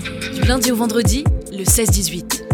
Du lundi au vendredi, le 16-18.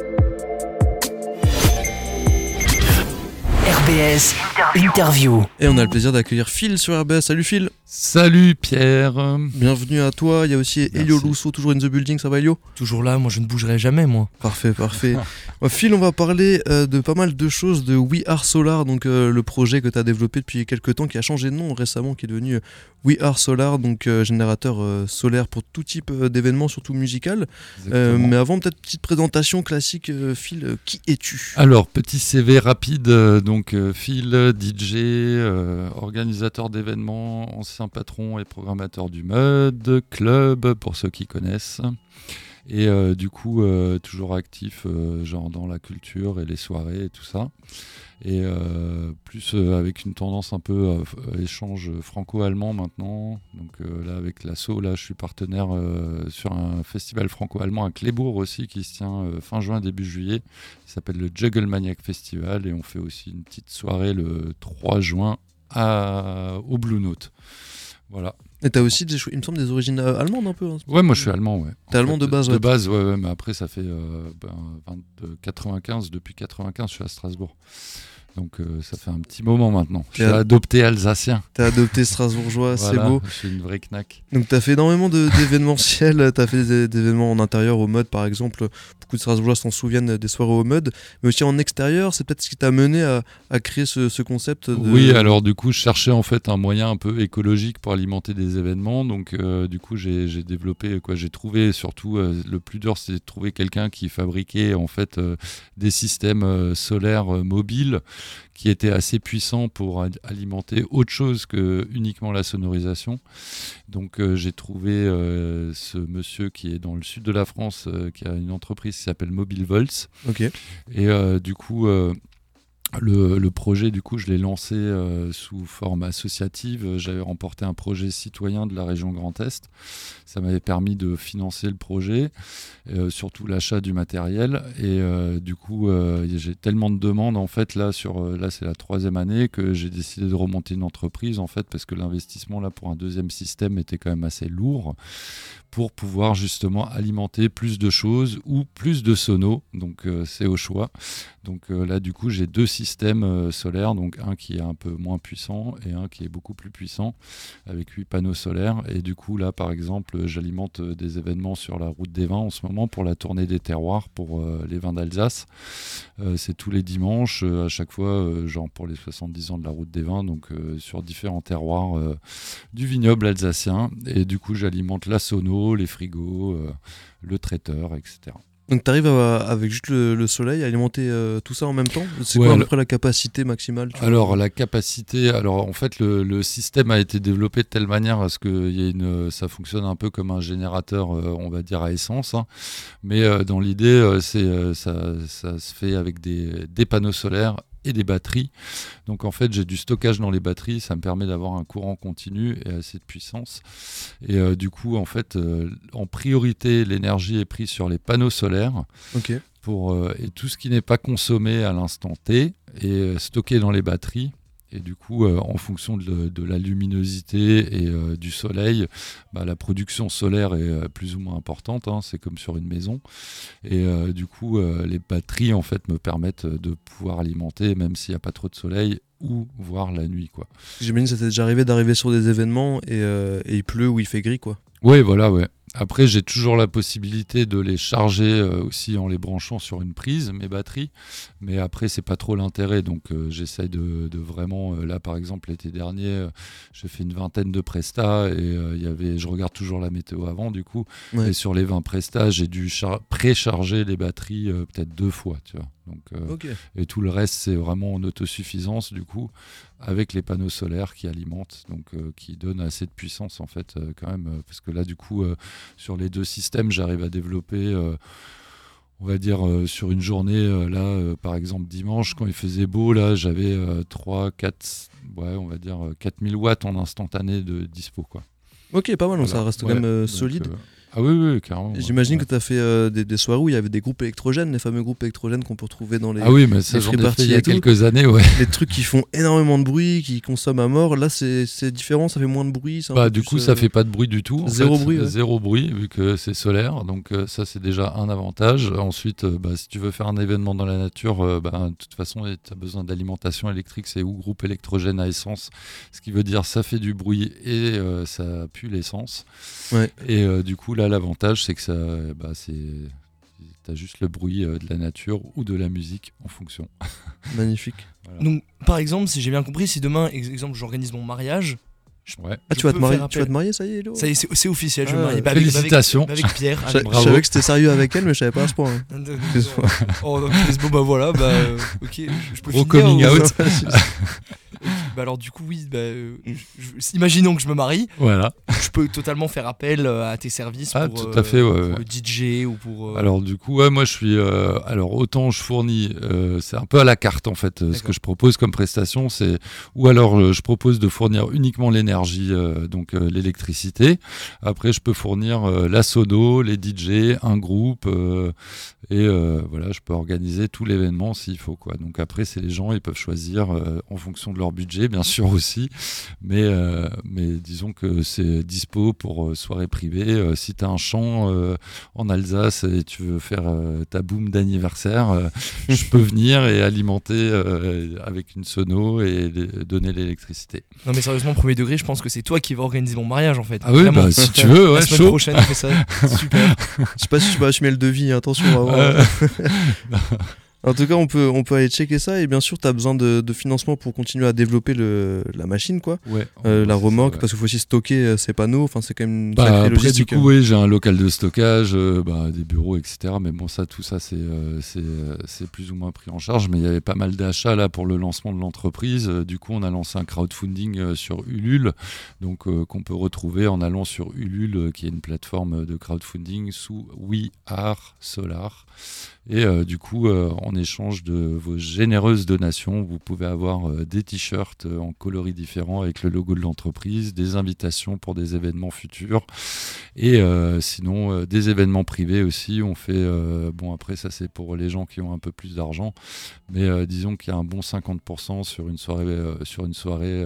RBS Interview. Et on a le plaisir d'accueillir Phil sur RBS. Salut Phil. Salut Pierre. Bienvenue à toi. Il y a aussi Elio Lusso, toujours in the building. Ça va Elio ? Toujours là, moi je ne bougerai jamais moi. Parfait. Phil, on va parler de pas mal de choses de We Are Solar, donc le projet que tu as développé depuis quelques temps, qui a changé de nom récemment, qui est devenu We Are Solar, donc générateur solaire pour tout type d'événements, surtout musical. Mais avant, peut-être petite présentation classique. Phil, qui es-tu ? Alors, petit CV rapide. Donc Phil, DJ, organisateur d'événements, ancien patron et programmateur du MUD, club pour ceux qui connaissent. Et du coup, toujours actif genre dans la culture et les soirées et tout ça. Et plus avec une tendance un peu échange franco-allemand maintenant. Donc là, avec l'ASSO, là, je suis partenaire sur un festival franco-allemand à Clébourg aussi qui se tient fin juin, début juillet. Il s'appelle le Juggle Maniac Festival. Et on fait aussi une petite soirée le 3 juin au Blue Note. Voilà. Et t'as aussi, il me semble, des origines allemandes un peu. Hein. Ouais, moi je suis allemand, ouais. T'es allemand de base, ouais. De base, ouais, mais après ça fait 95, depuis 95, je suis à Strasbourg. Donc ça fait un petit moment maintenant. Je suis adopté alsacien. T'as adopté strasbourgeois, voilà, c'est beau. Je suis une vraie knack. Donc t'as fait énormément d'événementiels, t'as fait des événements en intérieur au MUD par exemple. Beaucoup de strasbourgeois s'en souviennent des soirées au MUD, mais aussi en extérieur. C'est peut-être ce qui t'a mené à créer ce concept Oui, alors du coup je cherchais en fait un moyen un peu écologique pour alimenter des événements. Donc du coup j'ai développé, j'ai trouvé surtout, le plus dur c'est de trouver quelqu'un qui fabriquait en fait des systèmes solaires mobiles qui était assez puissant pour alimenter autre chose que uniquement la sonorisation. Donc j'ai trouvé ce monsieur qui est dans le sud de la France, qui a une entreprise qui s'appelle Mobile Volts. Okay. Et du coup, le projet, du coup, je l'ai lancé sous forme associative. J'avais remporté un projet citoyen de la région Grand Est. Ça m'avait permis de financer le projet, surtout l'achat du matériel. Et du coup, j'ai tellement de demandes, en fait, là, c'est la 3e année que j'ai décidé de remonter une entreprise, en fait, parce que l'investissement, là, pour un deuxième système était quand même assez lourd, pour pouvoir justement alimenter plus de choses ou plus de sonos. Donc, c'est au choix. Donc là, du coup, j'ai 2 systèmes solaires, donc un qui est un peu moins puissant et un qui est beaucoup plus puissant, avec 8 panneaux solaires. Et du coup, là, par exemple, j'alimente des événements sur la route des vins en ce moment pour la tournée des terroirs pour les vins d'Alsace. C'est tous les dimanches, à chaque fois, genre pour les 70 ans de la route des vins, donc sur différents terroirs du vignoble alsacien. Et du coup, j'alimente la sono, les frigos, le traiteur, etc. Donc tu arrives avec juste le soleil à alimenter tout ça en même temps ? C'est quoi à peu près la capacité maximale ? Alors la capacité, en fait le système a été développé de telle manière à ce que ça fonctionne un peu comme un générateur, on va dire à essence, hein. Mais dans l'idée, ça se fait avec des panneaux solaires et des batteries. Donc en fait j'ai du stockage dans les batteries, ça me permet d'avoir un courant continu et assez de puissance. Et du coup en fait en priorité l'énergie est prise sur les panneaux solaires. Okay. Et tout ce qui n'est pas consommé à l'instant T est stocké dans les batteries. Et du coup, en fonction de la luminosité et du soleil, la production solaire est plus ou moins importante, hein, c'est comme sur une maison. Et du coup, les batteries en fait me permettent de pouvoir alimenter, même s'il n'y a pas trop de soleil, ou voir la nuit, quoi. J'imagine que ça t'est déjà arrivé d'arriver sur des événements et il pleut ou il fait gris, quoi. Oui, voilà, ouais. Après, j'ai toujours la possibilité de les charger aussi en les branchant sur une prise, mes batteries. Mais après, c'est pas trop l'intérêt. Donc, j'essaye de vraiment... là, par exemple, l'été dernier, j'ai fait une 20aine de prestats et je regarde toujours la météo avant, du coup. Ouais. Et sur les 20 prestats, j'ai dû précharger les batteries peut-être 2 fois, tu vois. Donc, okay. Et tout le reste, c'est vraiment en autosuffisance, du coup, avec les panneaux solaires qui alimentent, donc qui donnent assez de puissance, en fait, quand même. Parce que là, du coup, sur les 2 systèmes, j'arrive à développer, on va dire, sur une journée, par exemple, dimanche, quand il faisait beau, là, j'avais 4000 watts en instantané de dispo, quoi. Ok, pas mal, voilà. Ça reste quand même solide. Ah oui, carrément. J'imagine que tu as fait des soirées où il y avait des groupes électrogènes, les fameux groupes électrogènes qu'on peut retrouver dans les. Ah oui, mais ça, j'en ai fait il y a quelques années, ouais. Les trucs qui font énormément de bruit, qui consomment à mort. Là, c'est différent, ça fait moins de bruit. Du coup, ça fait pas de bruit du tout. Zéro bruit. Zéro bruit, vu que c'est solaire. Donc, ça, c'est déjà un avantage. Ensuite, si tu veux faire un événement dans la nature, de toute façon, tu as besoin d'alimentation électrique. C'est ou groupe électrogène à essence. Ce qui veut dire ça fait du bruit et ça pue l'essence. Ouais. Et du coup, là, l'avantage, c'est que ça, t'as juste le bruit de la nature ou de la musique en fonction. Magnifique. Voilà. Donc, par exemple, si j'ai bien compris, si demain, exemple, j'organise mon mariage. Tu vas te marier, ça y est, Hello. Ça y est, c'est officiel, je vais me marier. Félicitations. Avec Pierre. Je savais que c'était sérieux avec elle, mais je savais pas à ce point. Hein. Ok, je peux finir. Coming out. Alors du coup imaginons que je me marie, voilà. Je peux totalement faire appel à tes services pour, tout à fait, pour le DJ ou pour... Alors du coup, moi je suis... autant je fournis, c'est un peu à la carte en fait, ce que je propose comme prestation, c'est... Ou alors je propose de fournir uniquement l'énergie, donc l'électricité. Après je peux fournir la sono, les DJ, un groupe, je peux organiser tout l'événement s'il faut, quoi. Donc après c'est les gens, ils peuvent choisir en fonction de leur budget bien sûr aussi, mais disons que c'est dispo pour soirée privée. Si tu as un champ en Alsace et tu veux faire ta boum d'anniversaire, je peux venir et alimenter avec une sono et donner l'électricité. Non mais sérieusement, premier degré, je pense que c'est toi qui vas organiser mon mariage en fait. Ah oui, si tu veux, la semaine prochaine on fait ça. Super. Je sais pas si tu vas assumer le devis, attention avant. En tout cas, on peut aller checker ça, et bien sûr, tu as besoin de financement pour continuer à développer la machine, quoi. Ouais, la remorque, parce qu'il faut aussi stocker ces panneaux, enfin, c'est quand même une sacrée après, logistique. Du coup, oui, j'ai un local de stockage, des bureaux, etc. Mais bon, tout ça, c'est plus ou moins pris en charge. Mais il y avait pas mal d'achats là pour le lancement de l'entreprise. Du coup, on a lancé un crowdfunding sur Ulule, donc qu'on peut retrouver en allant sur Ulule, qui est une plateforme de crowdfunding sous We Are Solar. Et du coup, en échange de vos généreuses donations, vous pouvez avoir des t-shirts en coloris différents avec le logo de l'entreprise, des invitations pour des événements futurs et sinon des événements privés aussi. On fait, après ça c'est pour les gens qui ont un peu plus d'argent, mais disons qu'il y a un bon 50% sur une soirée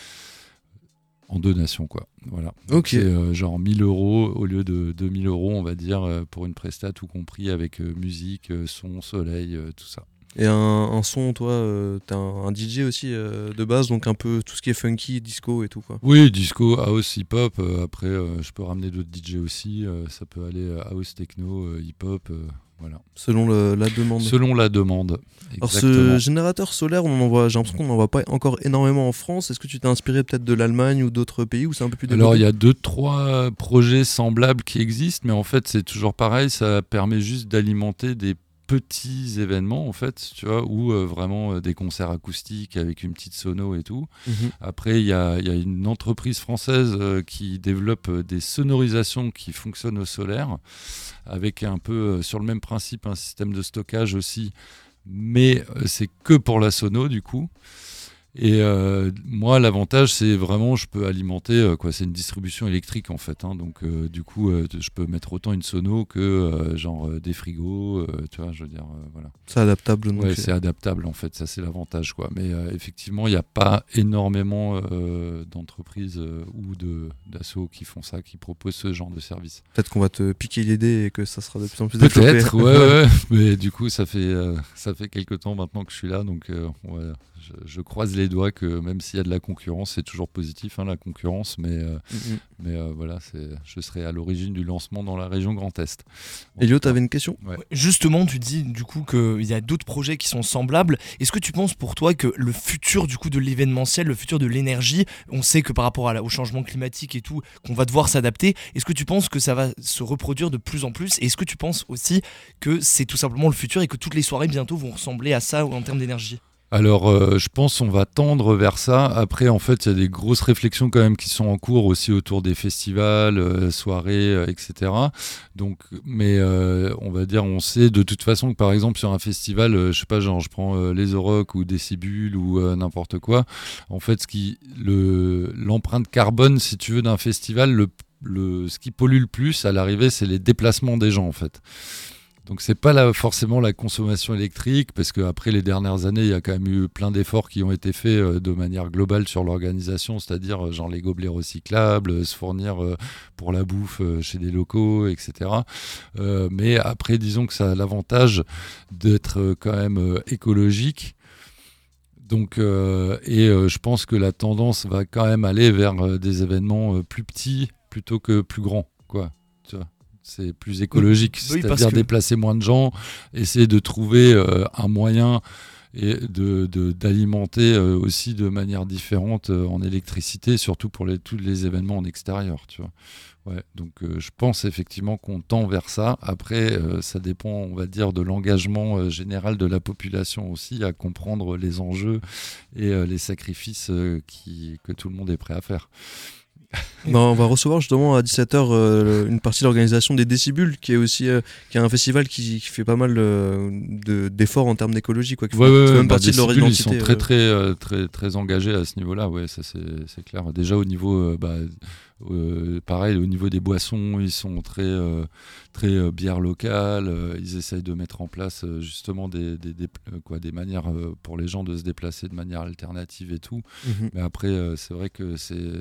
en donation, quoi. Voilà. Donc c'est genre 1 000 € au lieu de 2 000 €, on va dire, pour une presta tout compris avec musique, son, soleil, tout ça. Et un son, toi, t'es un DJ aussi de base, donc un peu tout ce qui est funky, disco et tout, quoi. Oui, disco, house, hip-hop. Après, je peux ramener d'autres DJ aussi. Ça peut aller house, techno, hip-hop. Voilà. Selon la demande. Selon la demande. Alors ce générateur solaire, j'ai l'impression qu'on n'en voit pas encore énormément en France. Est-ce que tu t'es inspiré peut-être de l'Allemagne ou d'autres pays où c'est un peu plus développé ? Alors il y a 2-3 projets semblables qui existent, mais en fait c'est toujours pareil, ça permet juste d'alimenter des petits événements en fait, tu vois, ou vraiment des concerts acoustiques avec une petite sono et tout. Après il y a une entreprise française qui développe des sonorisations qui fonctionnent au solaire, avec un peu sur le même principe un système de stockage aussi, mais c'est que pour la sono du coup. Et moi, l'avantage, c'est vraiment, je peux alimenter, c'est une distribution électrique en fait. Donc, du coup, je peux mettre autant une sono que des frigos, tu vois, je veux dire, voilà. C'est adaptable. Donc c'est adaptable en fait, ça c'est l'avantage, quoi. Mais effectivement, il n'y a pas énormément d'entreprises ou d'assos qui font ça, qui proposent ce genre de service. Peut-être qu'on va te piquer l'idée et que ça sera de plus en plus développé. Peut-être, ouais. Mais du coup, ça fait quelques temps maintenant que je suis là, donc je croise les doigts que même s'il y a de la concurrence, c'est toujours positif, la concurrence, mais voilà, je serai à l'origine du lancement dans la région Grand Est. Elio, tu avais une question ? Ouais. Justement, tu dis du coup qu'il y a d'autres projets qui sont semblables. Est-ce que tu penses pour toi que le futur du coup de l'événementiel, le futur de l'énergie, on sait que par rapport au changement climatique et tout, qu'on va devoir s'adapter, est-ce que tu penses que ça va se reproduire de plus en plus ? Et est-ce que tu penses aussi que c'est tout simplement le futur et que toutes les soirées bientôt vont ressembler à ça en termes d'énergie ? Alors, je pense qu'on va tendre vers ça. Après, en fait, il y a des grosses réflexions quand même qui sont en cours aussi autour des festivals, soirées, etc. Donc, mais on va dire, on sait de toute façon que par exemple sur un festival, je sais pas, genre je prends les Oroc ou Décibule ou n'importe quoi. En fait, l'empreinte carbone, si tu veux, d'un festival, ce qui pollue le plus à l'arrivée, c'est les déplacements des gens en fait. Donc c'est pas forcément la consommation électrique, parce qu'après les dernières années, il y a quand même eu plein d'efforts qui ont été faits de manière globale sur l'organisation, c'est-à-dire genre les gobelets recyclables, se fournir pour la bouffe chez des locaux, etc. Mais après, disons que ça a l'avantage d'être quand même écologique. Donc, je pense que la tendance va quand même aller vers des événements plus petits plutôt que plus grands, quoi. Tu vois, c'est plus écologique, Oui, c'est-à-dire déplacer moins de gens, essayer de trouver un moyen et d'alimenter aussi de manière différente en électricité, surtout pour tous les événements en extérieur, tu vois. Ouais, donc je pense effectivement qu'on tend vers ça. Après, ça dépend, on va dire, de l'engagement général de la population aussi à comprendre les enjeux et les sacrifices que tout le monde est prêt à faire. On va recevoir justement à 17h une partie de l'organisation des Décibules, qui est aussi qui est un festival qui fait pas mal d'efforts en termes d'écologie, quoi. Qui fait même partie de leur identité. Ils sont très engagés à ce niveau-là, ouais, ça c'est clair. Déjà au niveau pareil, au niveau des boissons, ils sont très bière locale. Ils essayent de mettre en place justement des manières pour les gens de se déplacer de manière alternative et tout. Mais après, c'est vrai que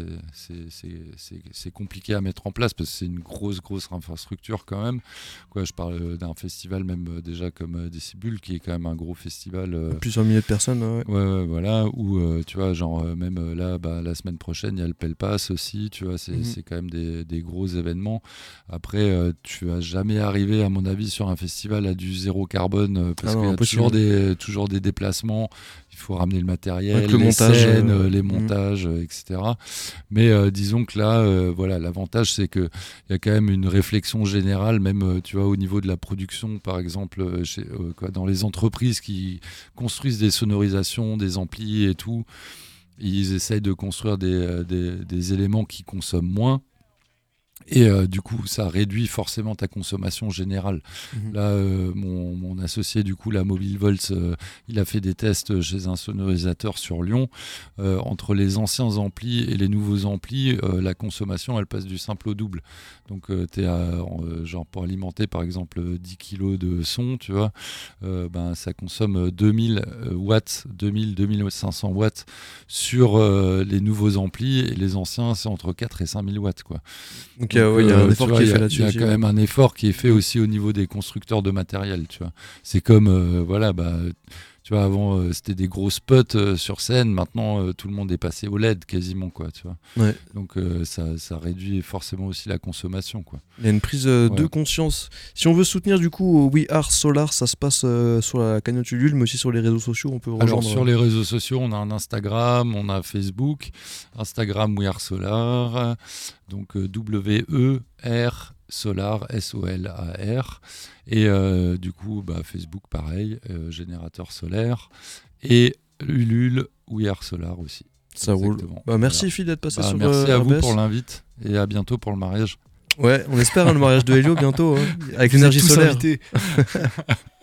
c'est compliqué à mettre en place, parce que c'est une grosse infrastructure quand même. Quoi, je parle d'un festival même déjà comme Décibules, qui est quand même un gros festival. Plusieurs milliers de personnes. Ouais, voilà. Où tu vois, genre même là, la semaine prochaine, il y a le Pelpas aussi. Tu vois, c'est quand même des gros événements. Après, tu vas jamais arriver, à mon avis, sur un festival à du zéro carbone, parce qu'il y a toujours des déplacements. Il faut ramener le matériel, les montages, etc. Mais disons que là, voilà, l'avantage, c'est qu'il y a quand même une réflexion générale, même tu vois, au niveau de la production, par exemple, dans les entreprises qui construisent des sonorisations, des amplis et tout. Ils essayent de construire des éléments qui consomment moins. Et du coup, ça réduit forcément ta consommation générale. Là, mon associé, du coup, la Mobile Volts, il a fait des tests chez un sonorisateur sur Lyon. Entre les anciens amplis et les nouveaux amplis, la consommation, elle passe du simple au double. Donc, t'es genre pour alimenter, par exemple, 10 kilos de son, tu vois, ça consomme 2000 watts, 2500 watts sur les nouveaux amplis, et les anciens, c'est entre 4 et 5000 watts, quoi. Donc, il y a un effort qui est fait là-dessus. Il y a quand même un effort qui est fait aussi au niveau des constructeurs de matériel, tu vois. C'est comme, tu vois, avant, c'était des gros spots sur scène. Maintenant, tout le monde est passé au LED quasiment, quoi, tu vois. Ouais. Donc, ça réduit forcément aussi la consommation, quoi. Il y a une prise de conscience. Si on veut soutenir, du coup, We Are Solar, ça se passe sur la cagnotte Ulule, mais aussi sur les réseaux sociaux, on peut rejoindre. Alors, sur les réseaux sociaux, on a un Instagram, on a Facebook. Instagram, We Are Solar. Donc, WER Solar, SOLAR. Et du coup, Facebook, pareil, générateur solaire. Et Ulule, We Are Solar aussi. Ça roule. Merci Phil d'être passé sur merci à RBS. vous pour l'invite, et à bientôt pour le mariage. Ouais, on espère le mariage de Helio bientôt, avec l'énergie solaire.